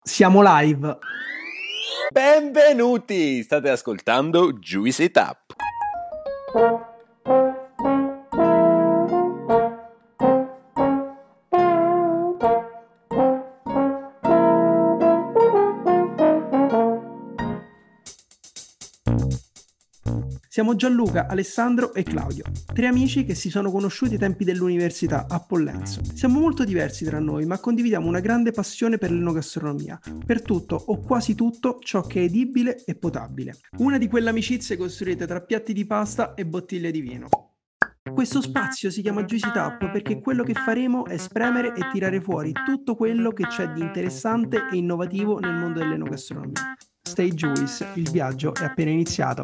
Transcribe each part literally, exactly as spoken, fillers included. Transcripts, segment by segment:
Siamo live. Benvenuti! State ascoltando Juice It Up. Siamo Gianluca, Alessandro e Claudio, tre amici che si sono conosciuti ai tempi dell'università a Pollenzo. Siamo molto diversi tra noi, ma condividiamo una grande passione per l'enogastronomia, per tutto o quasi tutto ciò che è edibile e potabile. Una di quelle amicizie costruite tra piatti di pasta e bottiglie di vino. Questo spazio si chiama Juice It Up perché quello che faremo è spremere e tirare fuori tutto quello che c'è di interessante e innovativo nel mondo dell'enogastronomia. Stay Juice, il viaggio è appena iniziato.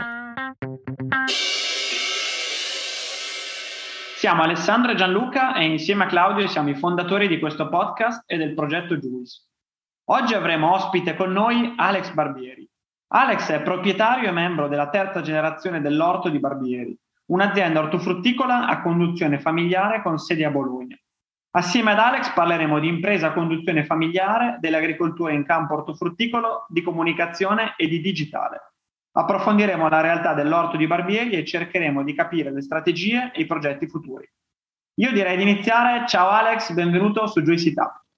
Siamo Alessandro e Gianluca e insieme a Claudio siamo i fondatori di questo podcast e del progetto Juice. Oggi avremo ospite con noi Alex Barbieri. Alex è proprietario e membro della terza generazione dell'Orto di Barbieri, un'azienda ortofrutticola a conduzione familiare con sede a Bologna. Assieme ad Alex parleremo di impresa a conduzione familiare, dell'agricoltura in campo ortofrutticolo, di comunicazione e di digitale. Approfondiremo la realtà dell'Orto di Barbieri e cercheremo di capire le strategie e i progetti futuri. Io direi di iniziare. Ciao Alex, benvenuto su Juice It Up.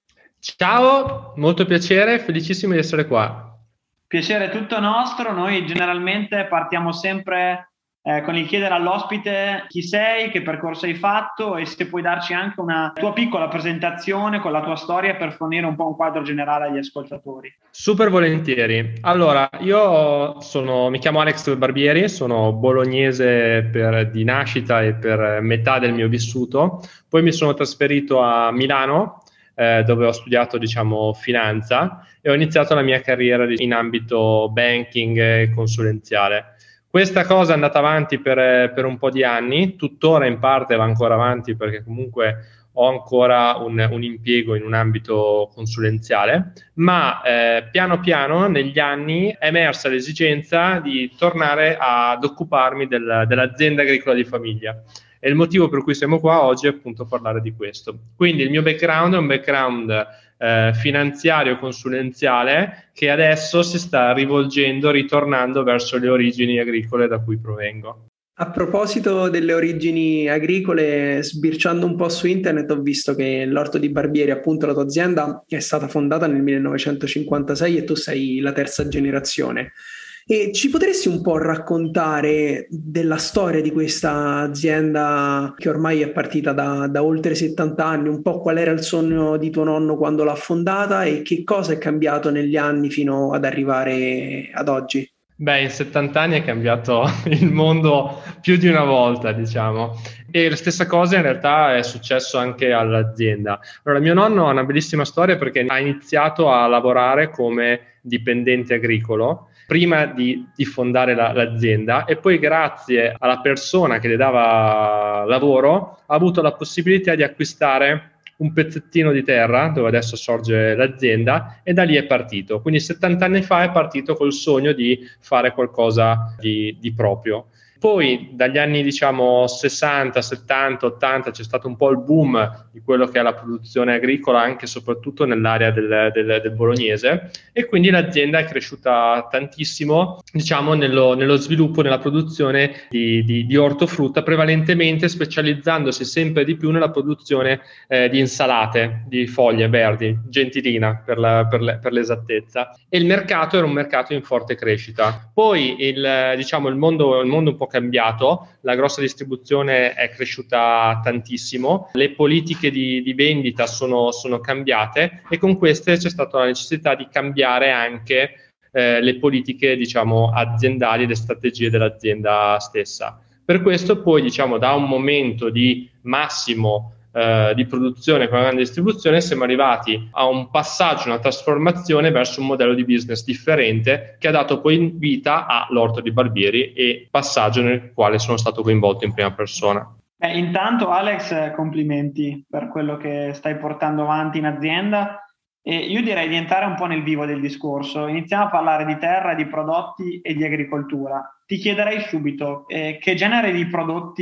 Ciao, molto piacere, felicissimo di essere qua. Piacere tutto nostro. Noi generalmente partiamo sempre eh, con il chiedere all'ospite chi sei, che percorso hai fatto e se puoi darci anche una tua piccola presentazione con la tua storia per fornire un po' un quadro generale agli ascoltatori. Super volentieri. Allora, io sono, mi chiamo Alex Barbieri, sono bolognese per, di nascita e per metà del mio vissuto. Poi mi sono trasferito a Milano, eh, dove ho studiato, diciamo, finanza e ho iniziato la mia carriera in ambito banking e consulenziale. Questa cosa è andata avanti per, per un po' di anni, tuttora in parte va ancora avanti perché comunque ho ancora un, un impiego in un ambito consulenziale, ma eh, piano piano negli anni è emersa l'esigenza di tornare ad occuparmi del, dell'azienda agricola di famiglia. E il motivo per cui siamo qua oggi è appunto parlare di questo. Quindi il mio background è un background eh, finanziario consulenziale che adesso si sta rivolgendo, ritornando verso le origini agricole da cui provengo. A proposito delle origini agricole, sbirciando un po' su internet ho visto che l'Orto di Barbieri, appunto la tua azienda, è stata fondata nel millenovecentocinquantasei e tu sei la terza generazione. E ci potresti un po' raccontare della storia di questa azienda che ormai è partita da, da oltre settanta anni, un po' qual era il sogno di tuo nonno quando l'ha fondata e che cosa è cambiato negli anni fino ad arrivare ad oggi? Beh, in settanta anni è cambiato il mondo più di una volta, diciamo. E la stessa cosa in realtà è successo anche all'azienda. Allora, mio nonno ha una bellissima storia perché ha iniziato a lavorare come dipendente agricolo prima di, di fondare la, l'azienda e poi grazie alla persona che le dava lavoro ha avuto la possibilità di acquistare un pezzettino di terra dove adesso sorge l'azienda e da lì è partito. Quindi settanta anni fa è partito col sogno di fare qualcosa di, di proprio. Poi dagli anni diciamo sessanta, settanta, ottanta c'è stato un po' il boom di quello che è la produzione agricola anche e soprattutto nell'area del, del, del bolognese e quindi l'azienda è cresciuta tantissimo diciamo nello, nello sviluppo, nella produzione di, di, di ortofrutta, prevalentemente specializzandosi sempre di più nella produzione eh, di insalate, di foglie verdi, gentilina per, la, per, le, per l'esattezza. E il mercato era un mercato in forte crescita. Poi il, diciamo, il mondo, il mondo un po' cambiato, la grossa distribuzione è cresciuta tantissimo, le politiche di, di vendita sono, sono cambiate e con queste c'è stata la necessità di cambiare anche eh, le politiche diciamo aziendali e le strategie dell'azienda stessa. Per questo poi diciamo da un momento di massimo Uh, di produzione con una grande distribuzione siamo arrivati a un passaggio, una trasformazione verso un modello di business differente che ha dato poi vita all'Orto di Barbieri e passaggio nel quale sono stato coinvolto in prima persona. Eh, intanto Alex, complimenti per quello che stai portando avanti in azienda e io direi di entrare un po' nel vivo del discorso. Iniziamo a parlare di terra, di prodotti e di agricoltura. Ti chiederei subito eh, che genere di prodotti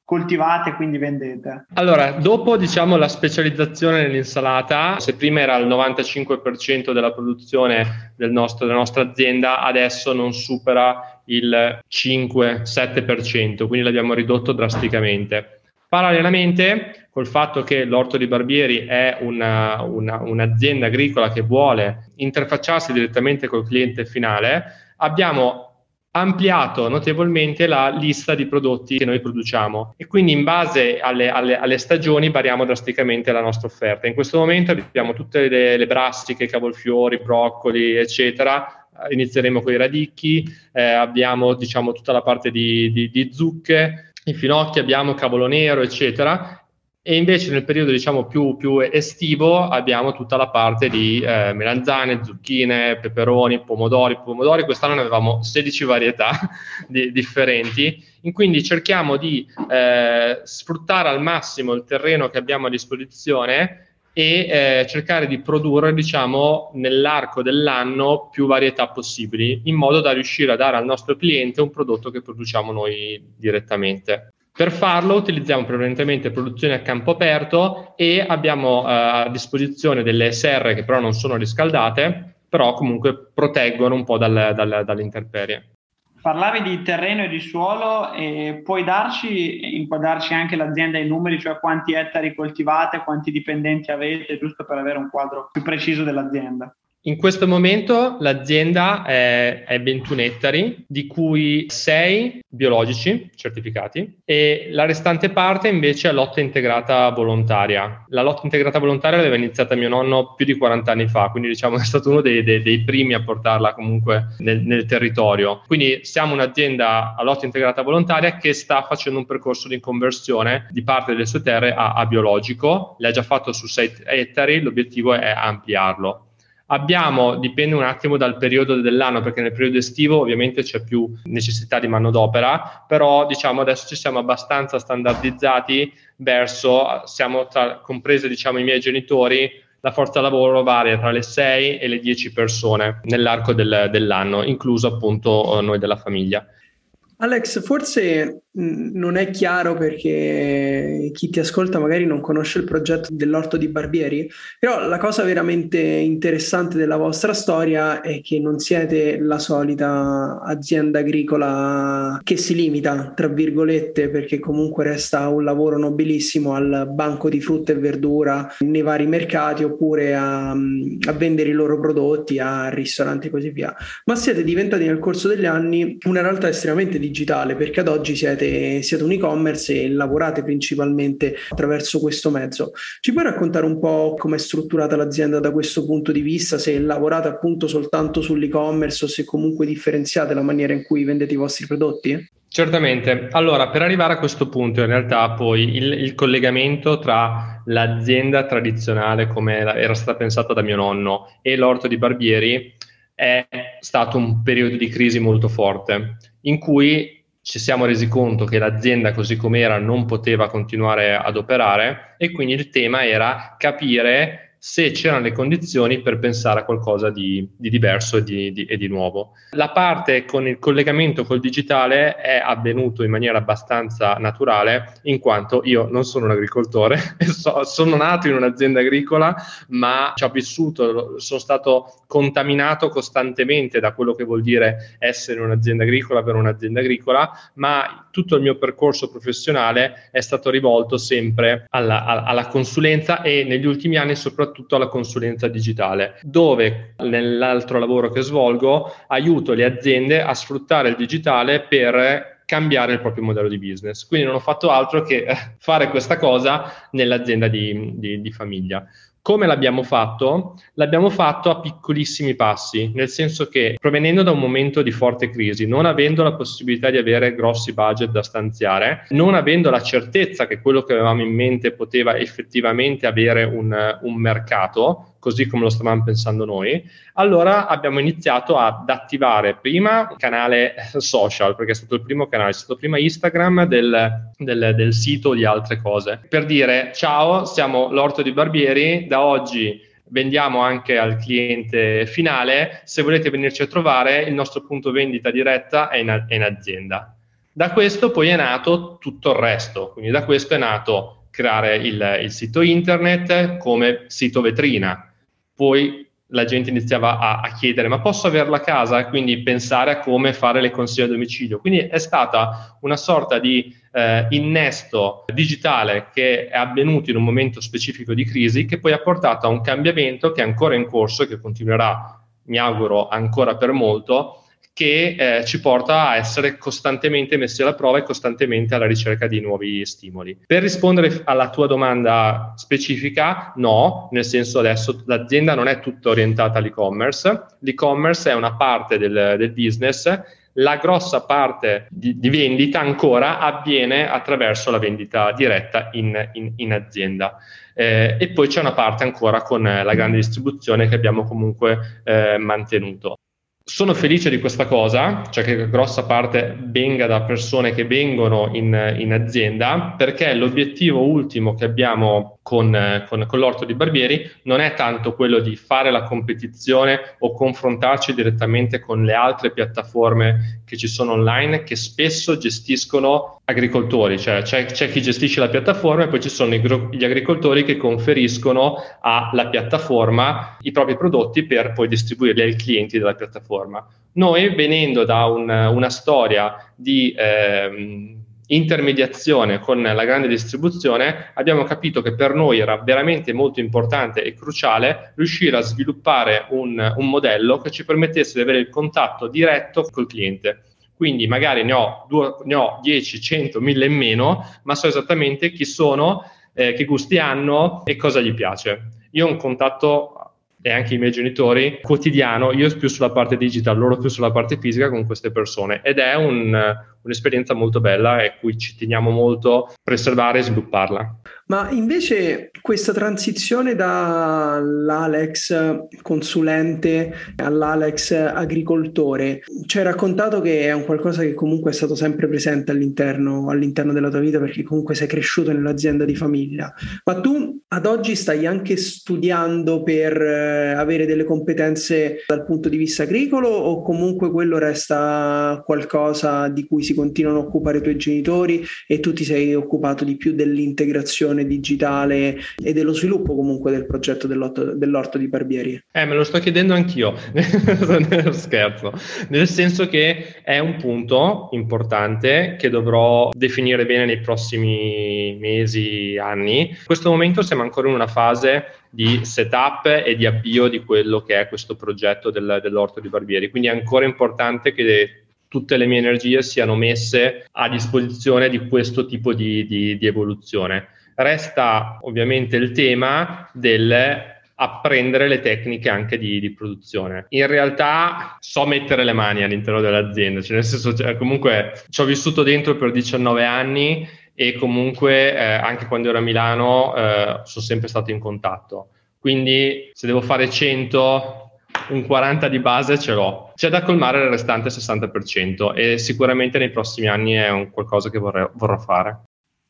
coltivate e quindi vendete? Allora, dopo diciamo la specializzazione nell'insalata, se prima era il novantacinque per cento della produzione del nostro, della nostra azienda, adesso non supera il cinque sette per cento, quindi l'abbiamo ridotto drasticamente. Parallelamente, col fatto che l'Orto di Barbieri è una, una, un'azienda agricola che vuole interfacciarsi direttamente col cliente finale, abbiamo ampliato notevolmente la lista di prodotti che noi produciamo e quindi in base alle, alle, alle stagioni variamo drasticamente la nostra offerta. In questo momento abbiamo tutte le, le brassiche, cavolfiori, broccoli, eccetera. Inizieremo con i radicchi, eh, abbiamo diciamo tutta la parte di, di, di zucche, i finocchi, abbiamo cavolo nero, eccetera. E invece nel periodo diciamo più, più estivo abbiamo tutta la parte di eh, melanzane, zucchine, peperoni, pomodori. Pomodori quest'anno ne avevamo sedici varietà di, differenti, in quindi cerchiamo di eh, sfruttare al massimo il terreno che abbiamo a disposizione e eh, cercare di produrre diciamo nell'arco dell'anno più varietà possibili, in modo da riuscire a dare al nostro cliente un prodotto che produciamo noi direttamente. Per farlo utilizziamo prevalentemente produzioni a campo aperto e abbiamo eh, a disposizione delle serre che però non sono riscaldate, però comunque proteggono un po' dal, dal, dall'intemperie. Parlavi di terreno e di suolo, e puoi darci, inquadrarci anche l'azienda in numeri, cioè quanti ettari coltivate, quanti dipendenti avete, giusto per avere un quadro più preciso dell'azienda? In questo momento l'azienda è, è ventuno ettari, di cui sei biologici certificati e la restante parte invece è lotta integrata volontaria. La lotta integrata volontaria l'aveva iniziata mio nonno più di quaranta anni fa, quindi diciamo è stato uno dei, dei, dei primi a portarla comunque nel, nel territorio. Quindi siamo un'azienda a lotta integrata volontaria che sta facendo un percorso di conversione di parte delle sue terre a, a biologico. L'ha già fatto su sei ettari, l'obiettivo è ampliarlo. Abbiamo, dipende un attimo dal periodo dell'anno, perché nel periodo estivo ovviamente c'è più necessità di manodopera, però diciamo adesso ci siamo abbastanza standardizzati verso, siamo tra, comprese diciamo i miei genitori, la forza lavoro varia tra le sei e le dieci persone nell'arco del, dell'anno, incluso appunto noi della famiglia. Alex, forse mh, non è chiaro perché chi ti ascolta magari non conosce il progetto dell'Orto di Barbieri, però la cosa veramente interessante della vostra storia è che non siete la solita azienda agricola che si limita, tra virgolette, perché comunque resta un lavoro nobilissimo al banco di frutta e verdura nei vari mercati oppure a, a vendere i loro prodotti a ristoranti e così via, ma siete diventati nel corso degli anni una realtà estremamente digitale, perché ad oggi siete, siete un e-commerce e lavorate principalmente attraverso questo mezzo. Ci puoi raccontare un po' come è strutturata l'azienda da questo punto di vista, se lavorate appunto soltanto sull'e-commerce o se comunque differenziate la maniera in cui vendete i vostri prodotti? Certamente. Allora, per arrivare a questo punto, in realtà poi il, il collegamento tra l'azienda tradizionale come era stata pensata da mio nonno e l'Orto di Barbieri è stato un periodo di crisi molto forte, in cui ci siamo resi conto che l'azienda così com'era non poteva continuare ad operare e quindi il tema era capire se c'erano le condizioni per pensare a qualcosa di, di diverso e di, di, e di nuovo. La parte con il collegamento col digitale è avvenuto in maniera abbastanza naturale, in quanto io non sono un agricoltore, so, sono nato in un'azienda agricola, ma ci ho vissuto, sono stato contaminato costantemente da quello che vuol dire essere un'azienda agricola per un'azienda agricola, ma tutto il mio percorso professionale è stato rivolto sempre alla, alla consulenza e negli ultimi anni soprattutto alla consulenza digitale, dove nell'altro lavoro che svolgo aiuto le aziende a sfruttare il digitale per cambiare il proprio modello di business. Quindi non ho fatto altro che fare questa cosa nell'azienda di, di, di famiglia. Come l'abbiamo fatto? L'abbiamo fatto a piccolissimi passi, nel senso che provenendo da un momento di forte crisi, non avendo la possibilità di avere grossi budget da stanziare, non avendo la certezza che quello che avevamo in mente poteva effettivamente avere un, un mercato, così come lo stavamo pensando noi, allora abbiamo iniziato ad attivare prima il canale social, perché è stato il primo canale, è stato prima Instagram del, del, del sito o di altre cose, per dire ciao, siamo l'Orto di Barbieri, da oggi vendiamo anche al cliente finale, se volete venirci a trovare il nostro punto vendita diretta è in, è in azienda. Da questo poi è nato tutto il resto, quindi da questo è nato creare il, il sito internet come sito vetrina, poi la gente iniziava a, a chiedere ma posso averla a casa? Quindi pensare a come fare le consegne a domicilio. Quindi è stata una sorta di eh, innesto digitale che è avvenuto in un momento specifico di crisi, che poi ha portato a un cambiamento che è ancora in corso e che continuerà, mi auguro, ancora per molto, che eh, ci porta a essere costantemente messi alla prova e costantemente alla ricerca di nuovi stimoli. Per rispondere alla tua domanda specifica, no, nel senso adesso l'azienda non è tutta orientata all'e-commerce, l'e-commerce è una parte del, del business, la grossa parte di, di vendita ancora avviene attraverso la vendita diretta in, in, in azienda. Eh, e poi c'è una parte ancora con la grande distribuzione che abbiamo comunque eh, mantenuto. Sono felice di questa cosa, cioè che grossa parte venga da persone che vengono in, in azienda, perché l'obiettivo ultimo che abbiamo con, con, con l'Orto di Barbieri non è tanto quello di fare la competizione o confrontarci direttamente con le altre piattaforme che ci sono online, che spesso gestiscono agricoltori, cioè c'è, c'è chi gestisce la piattaforma e poi ci sono i, gli agricoltori che conferiscono alla piattaforma i propri prodotti per poi distribuirli ai clienti della piattaforma. Noi, venendo da un, una storia di eh, intermediazione con la grande distribuzione, abbiamo capito che per noi era veramente molto importante e cruciale riuscire a sviluppare un, un modello che ci permettesse di avere il contatto diretto col cliente. Quindi magari ne ho, due, ne ho dieci, cento, mille in meno, ma so esattamente chi sono, eh, che gusti hanno e cosa gli piace. Io ho un contatto, e anche i miei genitori, quotidiano, io più sulla parte digital, loro più sulla parte fisica con queste persone, ed è un, un'esperienza molto bella e cui ci teniamo molto a preservare e svilupparla. Ma invece questa transizione dall'Alex consulente all'Alex agricoltore, ci hai raccontato che è un qualcosa che comunque è stato sempre presente all'interno, all'interno della tua vita, perché comunque sei cresciuto nell'azienda di famiglia, ma tu ad oggi stai anche studiando per avere delle competenze dal punto di vista agricolo, o comunque quello resta qualcosa di cui si continuano a occupare i tuoi genitori e tu ti sei occupato di più dell'integrazione digitale e dello sviluppo comunque del progetto dell'orto, dell'orto di Barbieri? Eh, me lo sto chiedendo anch'io, scherzo, nel senso che è un punto importante che dovrò definire bene nei prossimi mesi, anni. In questo momento siamo ancora in una fase di setup e di avvio di quello che è questo progetto del, dell'orto di Barbieri, quindi è ancora importante che tutte le mie energie siano messe a disposizione di questo tipo di, di, di evoluzione. Resta ovviamente il tema del apprendere le tecniche anche di, di produzione. In realtà so mettere le mani all'interno dell'azienda, cioè nel senso, cioè, comunque ci ho vissuto dentro per diciannove anni e comunque eh, anche quando ero a Milano eh, sono sempre stato in contatto. Quindi se devo fare cento, un quaranta di base ce l'ho. C'è da colmare il restante sessanta per cento e sicuramente nei prossimi anni è un qualcosa che vorrei, vorrò fare.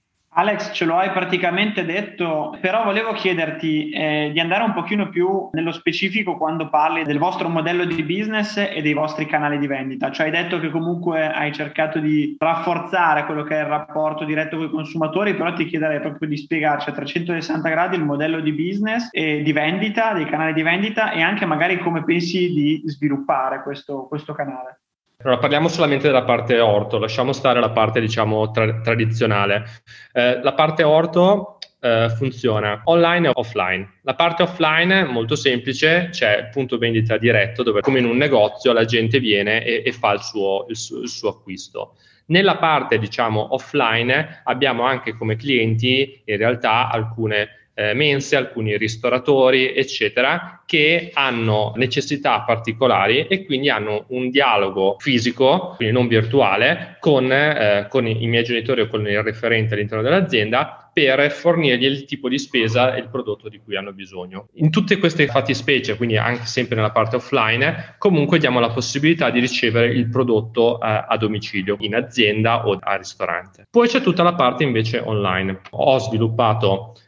Alex, ce lo hai praticamente detto, però volevo chiederti eh, di andare un pochino più nello specifico quando parli del vostro modello di business e dei vostri canali di vendita. Cioè hai detto che comunque hai cercato di rafforzare quello che è il rapporto diretto con i consumatori, però ti chiederei proprio di spiegarci a trecentosessanta gradi il modello di business e di vendita, dei canali di vendita, e anche magari come pensi di sviluppare questo, questo canale. Allora, parliamo solamente della parte orto, lasciamo stare la parte, diciamo, tra- tradizionale. Eh, la parte orto eh, funziona online e offline. La parte offline è molto semplice, c'è il punto vendita diretto dove, come in un negozio, la gente viene e, e fa il suo, il, su- il suo acquisto. Nella parte, diciamo, offline abbiamo anche come clienti in realtà alcune Eh, mense, alcuni ristoratori, eccetera, che hanno necessità particolari e quindi hanno un dialogo fisico, quindi non virtuale, con, eh, con i, i miei genitori o con il referente all'interno dell'azienda per fornirgli il tipo di spesa e il prodotto di cui hanno bisogno. In tutte queste fattispecie, quindi anche sempre nella parte offline, comunque diamo la possibilità di ricevere il prodotto eh, a domicilio, in azienda o al ristorante. Poi c'è tutta la parte invece online. Ho sviluppato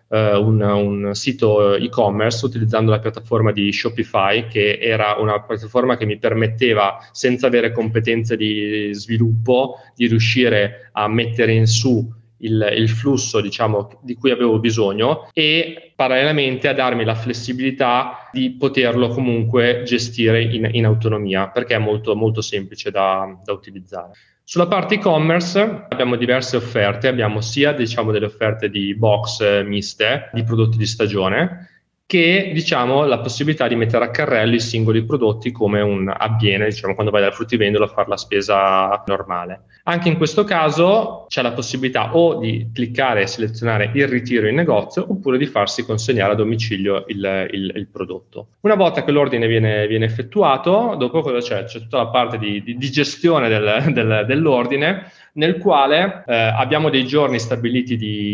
eh, un, un sito e-commerce utilizzando la piattaforma di Shopify, che era una piattaforma che mi permetteva, senza avere competenze di sviluppo, di riuscire a mettere in su Il, il flusso, diciamo, di cui avevo bisogno, e parallelamente a darmi la flessibilità di poterlo comunque gestire in, in autonomia, perché è molto, molto semplice da, da utilizzare. Sulla parte e-commerce abbiamo diverse offerte, abbiamo sia, diciamo, delle offerte di box miste, di prodotti di stagione, che, diciamo, la possibilità di mettere a carrello i singoli prodotti come un avviene, diciamo, quando vai dal fruttivendolo a fare la spesa normale. Anche in questo caso c'è la possibilità o di cliccare e selezionare il ritiro in negozio, oppure di farsi consegnare a domicilio il, il, il prodotto. Una volta che l'ordine viene, viene effettuato, dopo cosa c'è? C'è tutta la parte di, di, di gestione del, del, dell'ordine, nel quale eh, abbiamo dei giorni stabiliti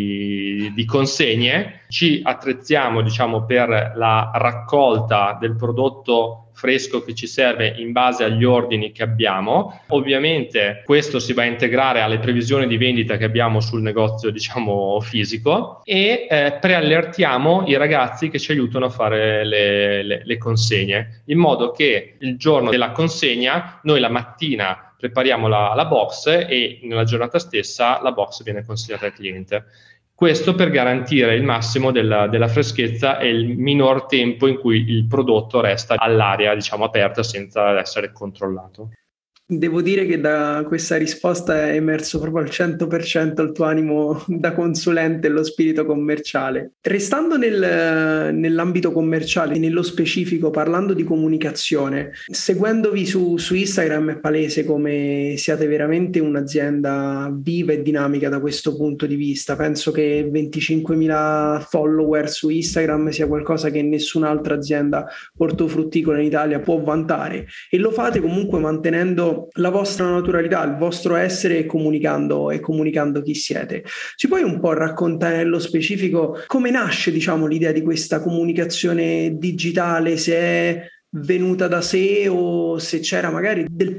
di, di consegne, ci attrezziamo, diciamo, per la raccolta del prodotto fresco che ci serve in base agli ordini che abbiamo. Ovviamente questo si va a integrare alle previsioni di vendita che abbiamo sul negozio, diciamo, fisico, e eh, preallertiamo i ragazzi che ci aiutano a fare le, le, le consegne, in modo che il giorno della consegna noi la mattina prepariamo la, la box e nella giornata stessa la box viene consegnata al cliente. Questo per garantire il massimo della, della freschezza e il minor tempo in cui il prodotto resta all'aria, diciamo, aperta senza essere controllato. Devo dire che da questa risposta è emerso proprio al cento per cento il tuo animo da consulente e lo spirito commerciale. Restando nel, nell'ambito commerciale, nello specifico, parlando di comunicazione, seguendovi su, su Instagram è palese come siate veramente un'azienda viva e dinamica da questo punto di vista. Penso che venticinquemila follower su Instagram sia qualcosa che nessun'altra azienda ortofrutticola in Italia può vantare, e lo fate comunque mantenendo la vostra naturalità, il vostro essere, e comunicando e comunicando chi siete. Ci puoi un po' raccontare nello specifico come nasce, diciamo, l'idea di questa comunicazione digitale, se è venuta da sé o se c'era magari del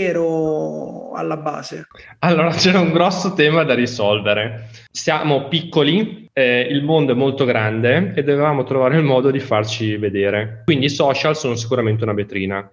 pensiero alla base? Allora, c'era un grosso tema da risolvere. Siamo piccoli, eh, il mondo è molto grande e dovevamo trovare il modo di farci vedere. Quindi i social sono sicuramente una vetrina.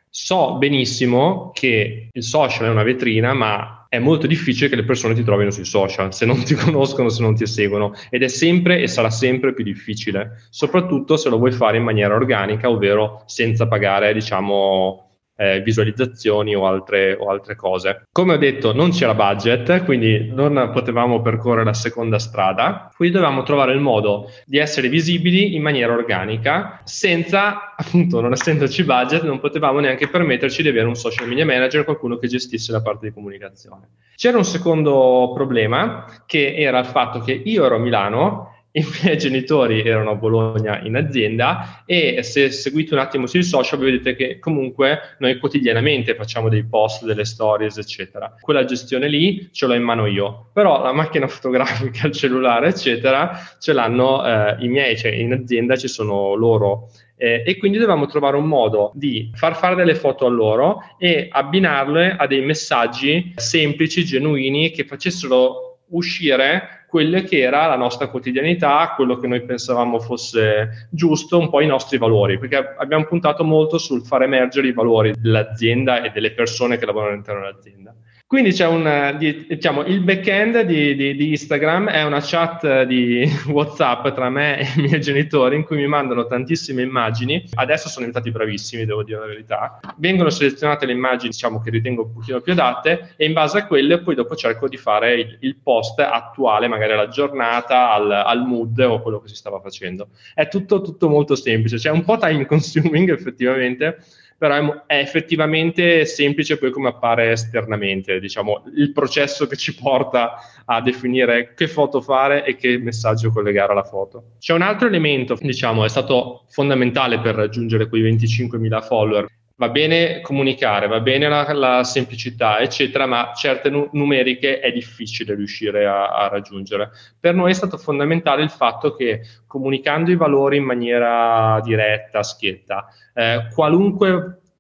So benissimo che il social è una vetrina, ma è molto difficile che le persone ti trovino sui social, se non ti conoscono, se non ti seguono, ed è sempre e sarà sempre più difficile, soprattutto se lo vuoi fare in maniera organica, ovvero senza pagare, diciamo, eh, visualizzazioni o altre, o altre cose. Come ho detto, non c'era budget, quindi non potevamo percorrere la seconda strada, quindi dovevamo trovare il modo di essere visibili in maniera organica, senza, appunto, non essendoci budget, non potevamo neanche permetterci di avere un social media manager, qualcuno che gestisse la parte di comunicazione. C'era un secondo problema, che era il fatto che io ero a Milano, i miei genitori erano a Bologna in azienda, e se seguite un attimo sui social vedete che comunque noi quotidianamente facciamo dei post, delle stories, eccetera. Quella gestione lì ce l'ho in mano io, però la macchina fotografica, il cellulare, eccetera, ce l'hanno eh, i miei, cioè in azienda ci sono loro. Eh, e quindi dovevamo trovare un modo di far fare delle foto a loro e abbinarle a dei messaggi semplici, genuini, che facessero uscire quelle che era la nostra quotidianità, quello che noi pensavamo fosse giusto, un po' i nostri valori, perché abbiamo puntato molto sul far emergere i valori dell'azienda e delle persone che lavorano all'interno dell'azienda. Quindi c'è un, diciamo, il back-end di, di, di Instagram è una chat di WhatsApp tra me e i miei genitori, in cui mi mandano tantissime immagini. Adesso sono diventati bravissimi, devo dire la verità. Vengono selezionate le immagini, diciamo, che ritengo un pochino più adatte, e in base a quelle poi dopo cerco di fare il, il post attuale, magari alla giornata, al, al mood o quello che si stava facendo. È tutto, tutto molto semplice, cioè un po' time consuming effettivamente, però è, è effettivamente semplice poi come appare esternamente, diciamo, il processo che ci porta a definire che foto fare e che messaggio collegare alla foto. C'è un altro elemento, diciamo, è stato fondamentale per raggiungere quei venticinquemila follower. Va bene comunicare, va bene la, la semplicità, eccetera, ma certe nu- numeriche è difficile riuscire a, a raggiungere. Per noi è stato fondamentale il fatto che, comunicando i valori in maniera diretta, schietta, eh, qualunque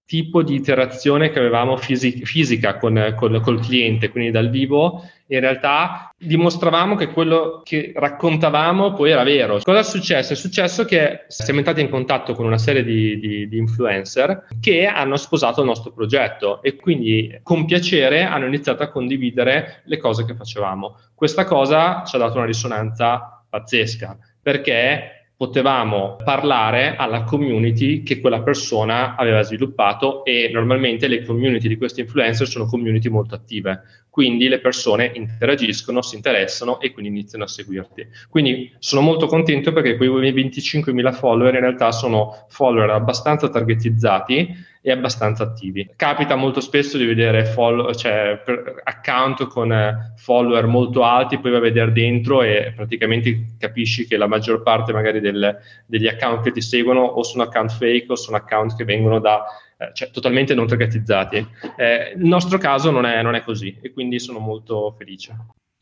tipo di interazione che avevamo fisi- fisica con, con, col cliente, quindi dal vivo, in realtà dimostravamo che quello che raccontavamo poi era vero. Cosa è successo? È successo che siamo entrati in contatto con una serie di, di, di influencer che hanno sposato il nostro progetto e quindi con piacere hanno iniziato a condividere le cose che facevamo. Questa cosa ci ha dato una risonanza pazzesca, perché potevamo parlare alla community che quella persona aveva sviluppato, e normalmente le community di questi influencer sono community molto attive, quindi le persone interagiscono, si interessano e quindi iniziano a seguirti. Quindi sono molto contento perché quei venticinquemila follower in realtà sono follower abbastanza targetizzati e abbastanza attivi. Capita molto spesso di vedere follow, cioè account con eh, follower molto alti, poi vai a vedere dentro e praticamente capisci che la maggior parte magari del, degli account che ti seguono o sono account fake o sono account che vengono da eh, cioè totalmente non targetizzati. Eh, il nostro caso non è, non è così e quindi sono molto felice.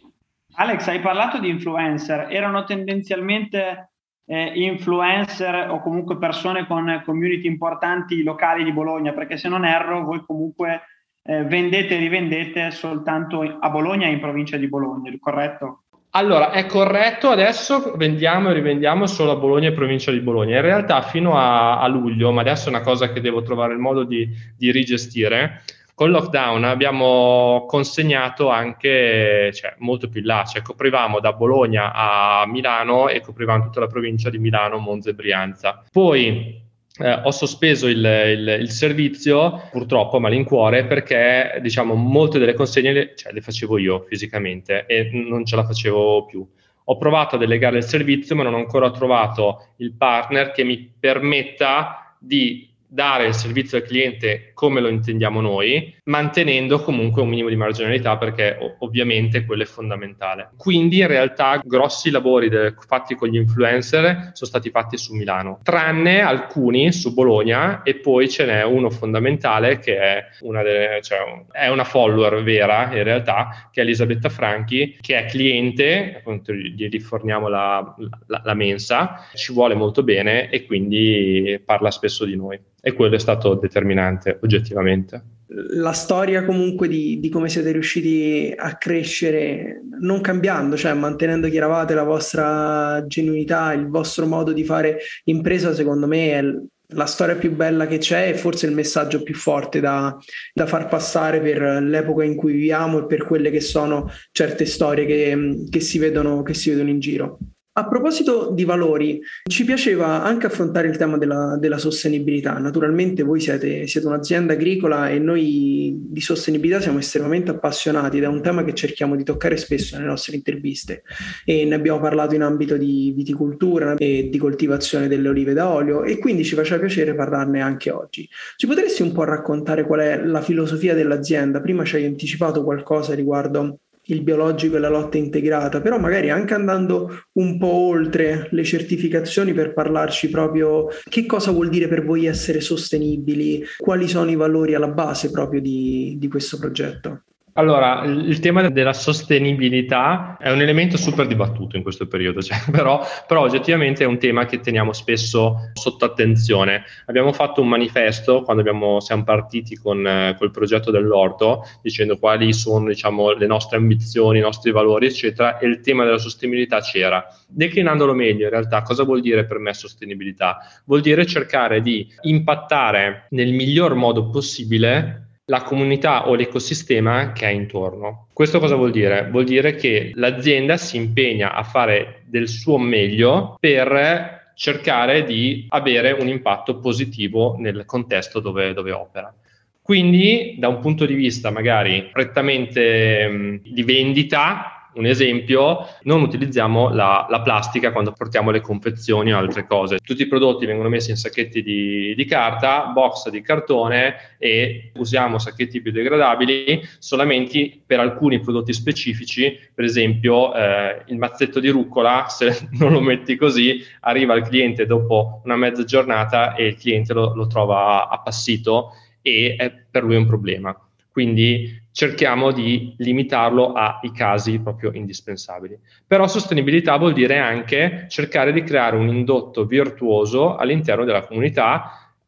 Alex, hai parlato di influencer, erano tendenzialmente Eh, influencer o comunque persone con community importanti locali di Bologna, perché se non erro voi comunque eh, vendete e rivendete soltanto a Bologna e in provincia di Bologna, corretto? Allora, è corretto, adesso vendiamo e rivendiamo solo a Bologna e provincia di Bologna. In realtà fino a, a luglio, ma adesso è una cosa che devo trovare il modo di, di rigestire, con il lockdown abbiamo consegnato anche, cioè, molto più in là, cioè coprivamo da Bologna a Milano e coprivamo tutta la provincia di Milano, Monza e Brianza. Poi eh, ho sospeso il, il, il servizio, purtroppo a malincuore, perché diciamo molte delle consegne le, cioè, le facevo io fisicamente e non ce la facevo più. Ho provato a delegare il servizio, ma non ho ancora trovato il partner che mi permetta di dare il servizio al cliente come lo intendiamo noi, mantenendo comunque un minimo di marginalità, perché ov- ovviamente quello è fondamentale. Quindi in realtà grossi lavori de- fatti con gli influencer sono stati fatti su Milano, tranne alcuni su Bologna, e poi ce n'è uno fondamentale che è una, delle, cioè, è una follower vera in realtà, che è Elisabetta Franchi, che è cliente, appunto gli riforniamo la, la, la mensa, ci vuole molto bene e quindi parla spesso di noi. E quello è stato determinante oggettivamente. La storia comunque di, di come siete riusciti a crescere non cambiando, cioè mantenendo chi eravate, la vostra genuinità, il vostro modo di fare impresa, secondo me è la storia più bella che c'è e forse il messaggio più forte da, da far passare per l'epoca in cui viviamo e per quelle che sono certe storie che, che si vedono, che si vedono in giro. A proposito di valori, ci piaceva anche affrontare il tema della, della sostenibilità. Naturalmente voi siete, siete un'azienda agricola e noi di sostenibilità siamo estremamente appassionati ed è un tema che cerchiamo di toccare spesso nelle nostre interviste e ne abbiamo parlato in ambito di viticoltura e di coltivazione delle olive da olio e quindi ci faceva piacere parlarne anche oggi. Ci potresti un po' raccontare qual è la filosofia dell'azienda? Prima ci hai anticipato qualcosa riguardo il biologico e la lotta integrata, però magari anche andando un po' oltre le certificazioni per parlarci proprio che cosa vuol dire per voi essere sostenibili, quali sono i valori alla base proprio di, di questo progetto. Allora, il tema della sostenibilità è un elemento super dibattuto in questo periodo, cioè, però, però oggettivamente è un tema che teniamo spesso sotto attenzione. Abbiamo fatto un manifesto quando abbiamo, siamo partiti con eh, col progetto dell'orto, dicendo quali sono, diciamo, le nostre ambizioni, i nostri valori, eccetera, e il tema della sostenibilità c'era. Declinandolo meglio, in realtà, cosa vuol dire per me sostenibilità? Vuol dire cercare di impattare nel miglior modo possibile la comunità o l'ecosistema che ha intorno. Questo cosa vuol dire? Vuol dire che l'azienda si impegna a fare del suo meglio per cercare di avere un impatto positivo nel contesto dove, dove opera. Quindi, da un punto di vista magari prettamente mh, di vendita, un esempio, non utilizziamo la, la plastica quando portiamo le confezioni o altre cose. Tutti i prodotti vengono messi in sacchetti di, di carta, box di cartone e usiamo sacchetti biodegradabili solamente per alcuni prodotti specifici. Per esempio, eh, il mazzetto di rucola, se non lo metti così, arriva al cliente dopo una mezza giornata e il cliente lo, lo trova appassito e è per lui un problema. Quindi cerchiamo di limitarlo ai casi proprio indispensabili. Però sostenibilità vuol dire anche cercare di creare un indotto virtuoso all'interno della comunità,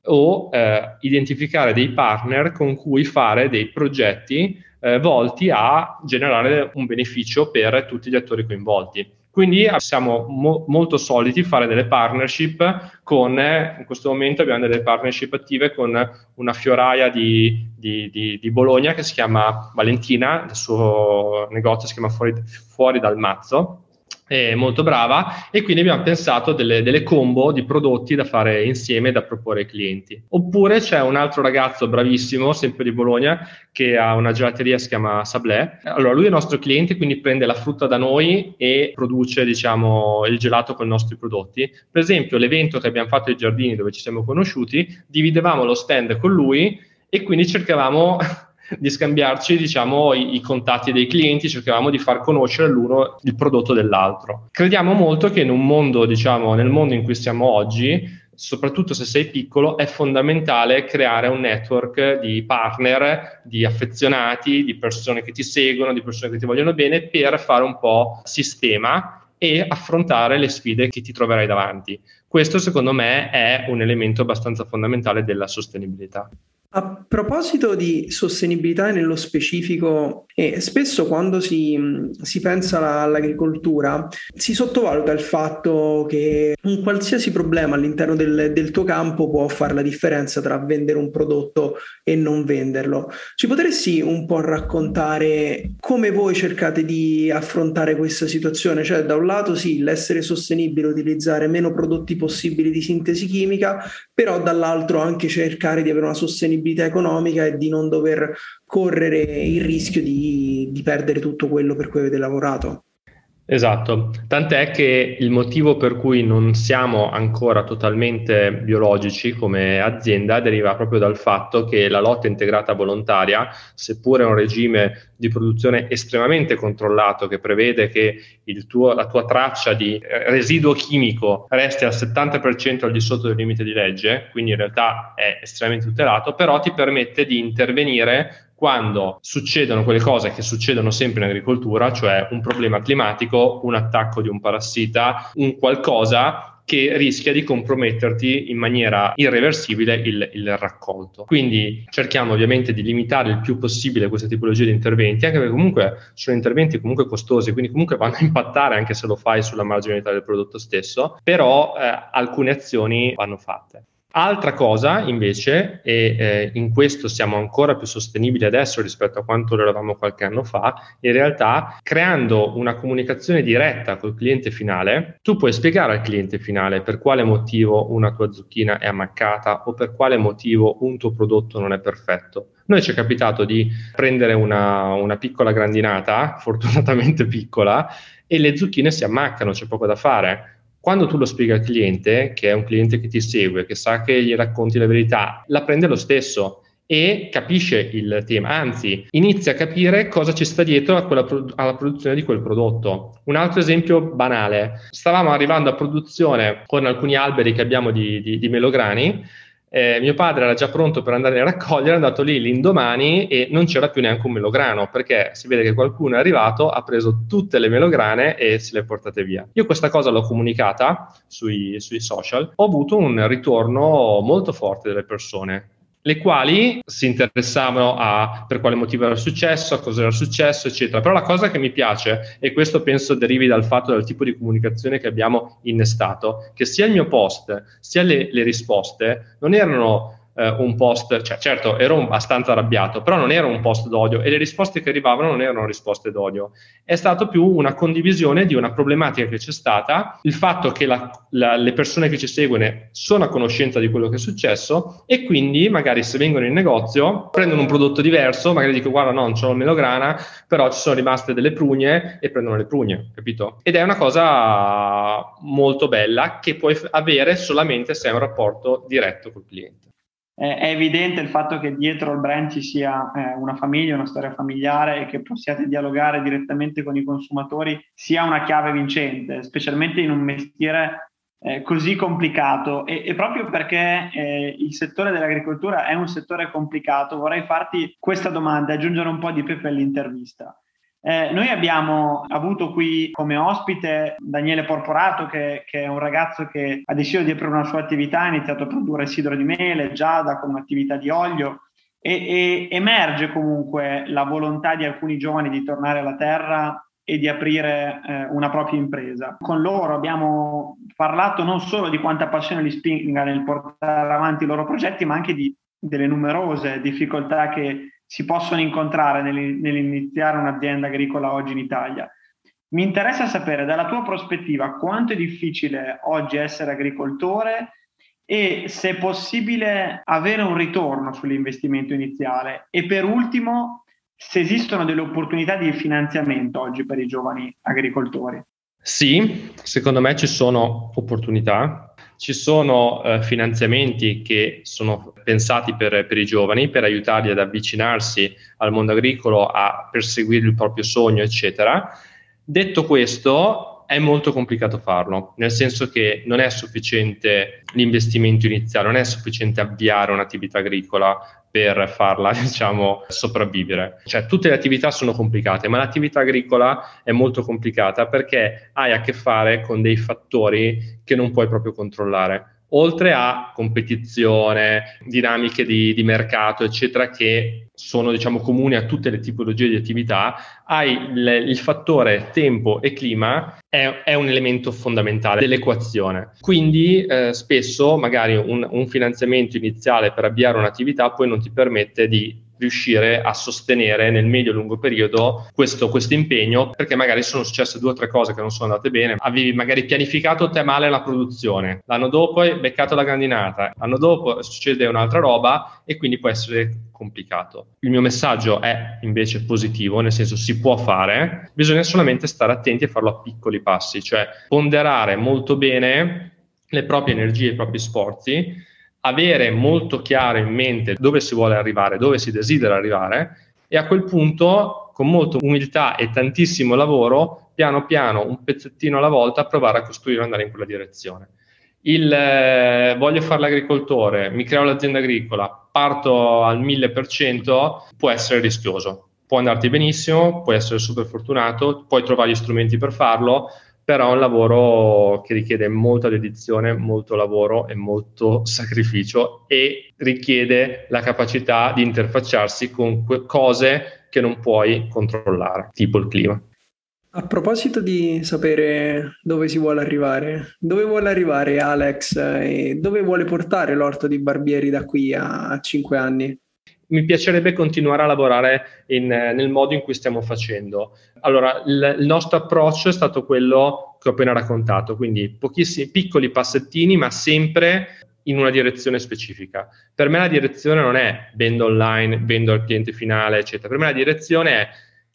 o eh, identificare dei partner con cui fare dei progetti eh, volti a generare un beneficio per tutti gli attori coinvolti. Quindi siamo mo- molto soliti fare delle partnership con, in questo momento abbiamo delle partnership attive con una fioraia di, di, di, di Bologna che si chiama Valentina, il suo negozio si chiama Fuori, Fuori dal Mazzo, è molto brava, e quindi abbiamo pensato delle, delle combo di prodotti da fare insieme, da proporre ai clienti. Oppure c'è un altro ragazzo bravissimo, sempre di Bologna, che ha una gelateria, si chiama Sablé. Allora lui è il nostro cliente, quindi prende la frutta da noi e produce, diciamo, il gelato con i nostri prodotti. Per esempio l'evento che abbiamo fatto ai Giardini, dove ci siamo conosciuti, dividevamo lo stand con lui e quindi cercavamo di scambiarci, diciamo, i, i contatti dei clienti, cercavamo di far conoscere l'uno il prodotto dell'altro. Crediamo molto che in un mondo, diciamo, nel mondo in cui siamo oggi, soprattutto se sei piccolo, è fondamentale creare un network di partner, di affezionati, di persone che ti seguono, di persone che ti vogliono bene, per fare un po' sistema e affrontare le sfide che ti troverai davanti. Questo, secondo me, è un elemento abbastanza fondamentale della sostenibilità. A proposito di sostenibilità nello specifico, eh, spesso quando si, si pensa alla, all'agricoltura si sottovaluta il fatto che un qualsiasi problema all'interno del, del tuo campo può fare la differenza tra vendere un prodotto e non venderlo. Ci potresti un po' raccontare come voi cercate di affrontare questa situazione? Cioè, da un lato sì, l'essere sostenibile, utilizzare meno prodotti possibili di sintesi chimica, però dall'altro anche cercare di avere una sostenibilità economica e di non dover correre il rischio di, di perdere tutto quello per cui avete lavorato. Esatto, tant'è che il motivo per cui non siamo ancora totalmente biologici come azienda deriva proprio dal fatto che la lotta integrata volontaria, seppure è un regime di produzione estremamente controllato che prevede che il tuo, la tua traccia di residuo chimico resti al settanta per cento al di sotto del limite di legge, quindi in realtà è estremamente tutelato, però ti permette di intervenire quando succedono quelle cose che succedono sempre in agricoltura, cioè un problema climatico, un attacco di un parassita, un qualcosa che rischia di comprometterti in maniera irreversibile il, il raccolto. Quindi cerchiamo ovviamente di limitare il più possibile queste tipologie di interventi, anche perché comunque sono interventi comunque costosi, quindi comunque vanno a impattare anche se lo fai sulla marginalità del prodotto stesso, però eh, alcune azioni vanno fatte. Altra cosa invece, e eh, in questo siamo ancora più sostenibili adesso rispetto a quanto lo eravamo qualche anno fa, in realtà creando una comunicazione diretta col cliente finale, tu puoi spiegare al cliente finale per quale motivo una tua zucchina è ammaccata o per quale motivo un tuo prodotto non è perfetto. Noi ci è capitato di prendere una, una piccola grandinata, fortunatamente piccola, e le zucchine si ammaccano, c'è poco da fare. Quando tu lo spieghi al cliente, che è un cliente che ti segue, che sa che gli racconti la verità, la prende lo stesso e capisce il tema, anzi inizia a capire cosa ci sta dietro a quella, alla produzione di quel prodotto. Un altro esempio banale: stavamo arrivando a produzione con alcuni alberi che abbiamo di, di, di melograni. Eh, mio padre era già pronto per andare a raccogliere, è andato lì l'indomani e non c'era più neanche un melograno, perché si vede che qualcuno è arrivato, ha preso tutte le melograne e se le ha portate via. Io questa cosa l'ho comunicata sui, sui social, ho avuto un ritorno molto forte delle persone, le quali si interessavano a per quale motivo era successo, a cosa era successo, eccetera. Però la cosa che mi piace, e questo penso derivi dal fatto del tipo di comunicazione che abbiamo innestato, che sia il mio post, sia le, le risposte non erano eh, un post, cioè certo ero abbastanza arrabbiato, però non era un post d'odio e le risposte che arrivavano non erano risposte d'odio. È stato più una condivisione di una problematica che c'è stata, il fatto che la, la, le persone che ci seguono sono a conoscenza di quello che è successo e quindi magari se vengono in negozio prendono un prodotto diverso, magari dico guarda no, non c'ho la melograna, però ci sono rimaste delle prugne e prendono le prugne, capito? Ed è una cosa molto bella che puoi avere solamente se hai un rapporto diretto col cliente. È evidente il fatto che dietro al brand ci sia eh, una famiglia, una storia familiare e che possiate dialogare direttamente con i consumatori sia una chiave vincente, specialmente in un mestiere eh, così complicato. E, e proprio perché eh, il settore dell'agricoltura è un settore complicato, vorrei farti questa domanda e aggiungere un po' di pepe all'intervista. Eh, noi abbiamo avuto qui come ospite Daniele Porporato, che, che è un ragazzo che ha deciso di aprire una sua attività, ha iniziato a produrre sidro di mele, giada, con un'attività di olio, e, e emerge comunque la volontà di alcuni giovani di tornare alla terra e di aprire eh, una propria impresa. Con loro abbiamo parlato non solo di quanta passione li spinga nel portare avanti i loro progetti, ma anche di, delle numerose difficoltà che si possono incontrare nell'iniziare un'azienda agricola oggi in Italia. Mi interessa sapere dalla tua prospettiva quanto è difficile oggi essere agricoltore e se è possibile avere un ritorno sull'investimento iniziale, e per ultimo se esistono delle opportunità di finanziamento oggi per i giovani agricoltori. Sì, secondo me ci sono opportunità. Ci sono eh, finanziamenti che sono pensati per, per i giovani, per aiutarli ad avvicinarsi al mondo agricolo, a perseguire il proprio sogno, eccetera. Detto questo, è molto complicato farlo, nel senso che non è sufficiente l'investimento iniziale, non è sufficiente avviare un'attività agricola per farla, diciamo, sopravvivere. Cioè, tutte le attività sono complicate, ma l'attività agricola è molto complicata perché hai a che fare con dei fattori che non puoi proprio controllare. Oltre a competizione, dinamiche di, di mercato, eccetera, che sono, diciamo, comuni a tutte le tipologie di attività, hai il, il fattore tempo e clima è, è un elemento fondamentale dell'equazione. Quindi eh, spesso magari un, un finanziamento iniziale per avviare un'attività poi non ti permette di riuscire a sostenere nel medio-lungo periodo questo, questo impegno, perché magari sono successe due o tre cose che non sono andate bene. Avevi magari pianificato te male la produzione, l'anno dopo hai beccato la grandinata, l'anno dopo succede un'altra roba e quindi può essere complicato. Il mio messaggio è invece positivo, nel senso si può fare, bisogna solamente stare attenti e farlo a piccoli passi, cioè ponderare molto bene le proprie energie e i propri sforzi, avere molto chiaro in mente dove si vuole arrivare, dove si desidera arrivare, e a quel punto, con molta umiltà e tantissimo lavoro, piano piano, un pezzettino alla volta, provare a costruire e andare in quella direzione. Il eh, voglio fare l'agricoltore, mi creo l'azienda agricola, parto al mille per cento, può essere rischioso. Può andarti benissimo, puoi essere super fortunato, puoi trovare gli strumenti per farlo, però è un lavoro che richiede molta dedizione, molto lavoro e molto sacrificio, e richiede la capacità di interfacciarsi con que- cose che non puoi controllare, tipo il clima. A proposito di sapere dove si vuole arrivare, dove vuole arrivare Alex e dove vuole portare l'orto di Barbieri da qui a cinque anni? Mi piacerebbe continuare a lavorare in, nel modo in cui stiamo facendo. Allora, il, il nostro approccio è stato quello che ho appena raccontato, quindi pochissimi piccoli passettini, ma sempre in una direzione specifica. Per me la direzione non è vendo online, vendo al cliente finale, eccetera. Per me la direzione è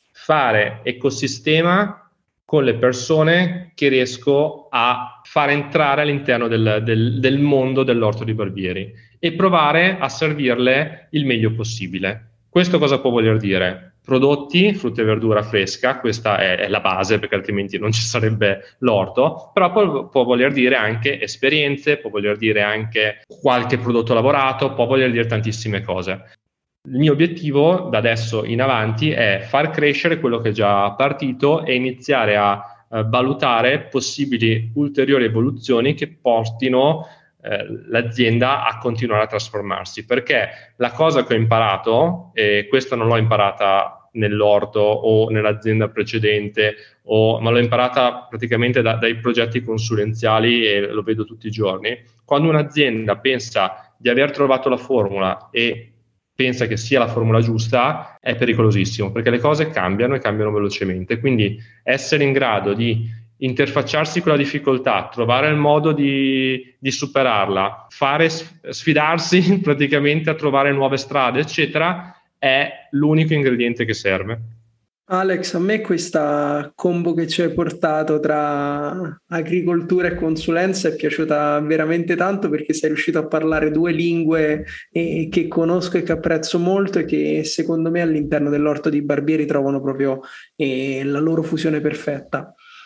fare ecosistema con le persone che riesco a far entrare all'interno del, del, del mondo dell'orto di Barbieri e provare a servirle il meglio possibile. Questo cosa può voler dire? Prodotti, frutta e verdura fresca, questa è, è la base, perché altrimenti non ci sarebbe l'orto, però può, può voler dire anche esperienze, può voler dire anche qualche prodotto lavorato, può voler dire tantissime cose. Il mio obiettivo da adesso in avanti è far crescere quello che è già partito e iniziare a eh, valutare possibili ulteriori evoluzioni che portino eh, l'azienda a continuare a trasformarsi, perché la cosa che ho imparato, e questa non l'ho imparata nell'orto o nell'azienda precedente, o, ma l'ho imparata praticamente da, dai progetti consulenziali e lo vedo tutti i giorni, quando un'azienda pensa di aver trovato la formula e pensa che sia la formula giusta, è pericolosissimo, perché le cose cambiano e cambiano velocemente. Quindi essere in grado di interfacciarsi con la difficoltà, trovare il modo di, di superarla, fare sfidarsi praticamente a trovare nuove strade, eccetera, è l'unico ingrediente che serve. Alex, a me questa combo che ci hai portato tra agricoltura e consulenza è piaciuta veramente tanto, perché sei riuscito a parlare due lingue e che conosco e che apprezzo molto e che secondo me all'interno dell'orto di Barbieri trovano proprio eh, la loro fusione perfetta.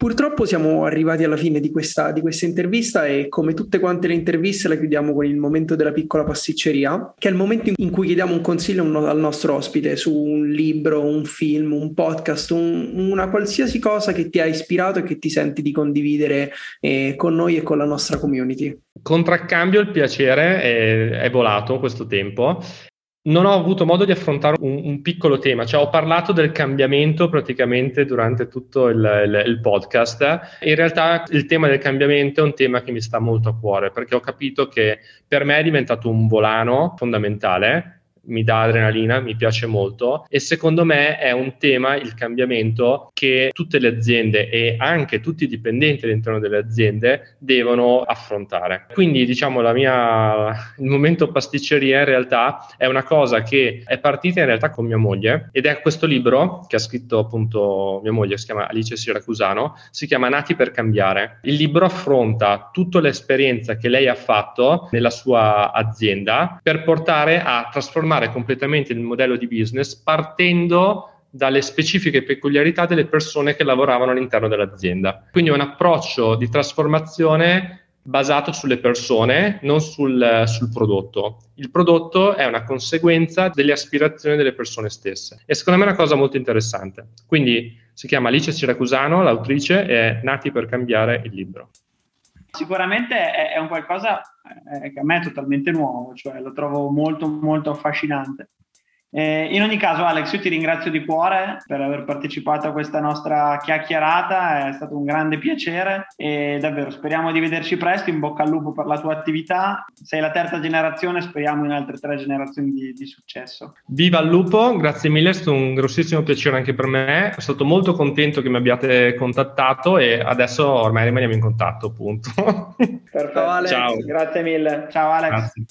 Purtroppo siamo arrivati alla fine di questa, di questa intervista e come tutte quante le interviste la chiudiamo con il momento della piccola pasticceria, che è il momento in cui chiediamo un consiglio al nostro ospite su un libro, un film, un podcast, un, una qualsiasi cosa che ti ha ispirato e che ti senti di condividere eh, con noi e con la nostra community. Contraccambio, il piacere è, è volato questo tempo. Non ho avuto modo di affrontare un, un piccolo tema, cioè ho parlato del cambiamento praticamente durante tutto il, il, il podcast. In realtà il tema del cambiamento è un tema che mi sta molto a cuore, perché ho capito che per me è diventato un volano fondamentale, mi dà adrenalina, mi piace molto e secondo me è un tema, il cambiamento, che tutte le aziende e anche tutti i dipendenti all'interno delle aziende devono affrontare. Quindi diciamo la mia, il momento pasticceria in realtà è una cosa che è partita in realtà con mia moglie ed è questo libro che ha scritto appunto mia moglie, si chiama Alice Siracusano, si chiama Nati per cambiare. Il libro affronta tutta l'esperienza che lei ha fatto nella sua azienda per portare a trasformare completamente il modello di business partendo dalle specifiche peculiarità delle persone che lavoravano all'interno dell'azienda. Quindi un approccio di trasformazione basato sulle persone, non sul, sul prodotto. Il prodotto è una conseguenza delle aspirazioni delle persone stesse e secondo me è una cosa molto interessante. Quindi si chiama Alice Siracusano, l'autrice, è Nati per cambiare il libro. Sicuramente è, è un qualcosa eh, che a me è totalmente nuovo, cioè lo trovo molto molto affascinante. Eh, in ogni caso, Alex, io ti ringrazio di cuore per aver partecipato a questa nostra chiacchierata, è stato un grande piacere e davvero speriamo di vederci presto, in bocca al lupo per la tua attività. Sei la terza generazione, speriamo in altre tre generazioni di, di successo. Viva il lupo, grazie mille, è stato un grossissimo piacere anche per me, sono stato molto contento che mi abbiate contattato e adesso ormai rimaniamo in contatto, appunto. Perfetto. Ciao Alex, Ciao. Grazie mille. Ciao Alex. Grazie.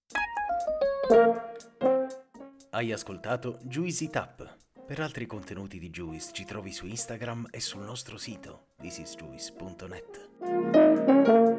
Hai ascoltato Juicy Tap. Per altri contenuti di Juice ci trovi su Instagram e sul nostro sito this is juice punto net.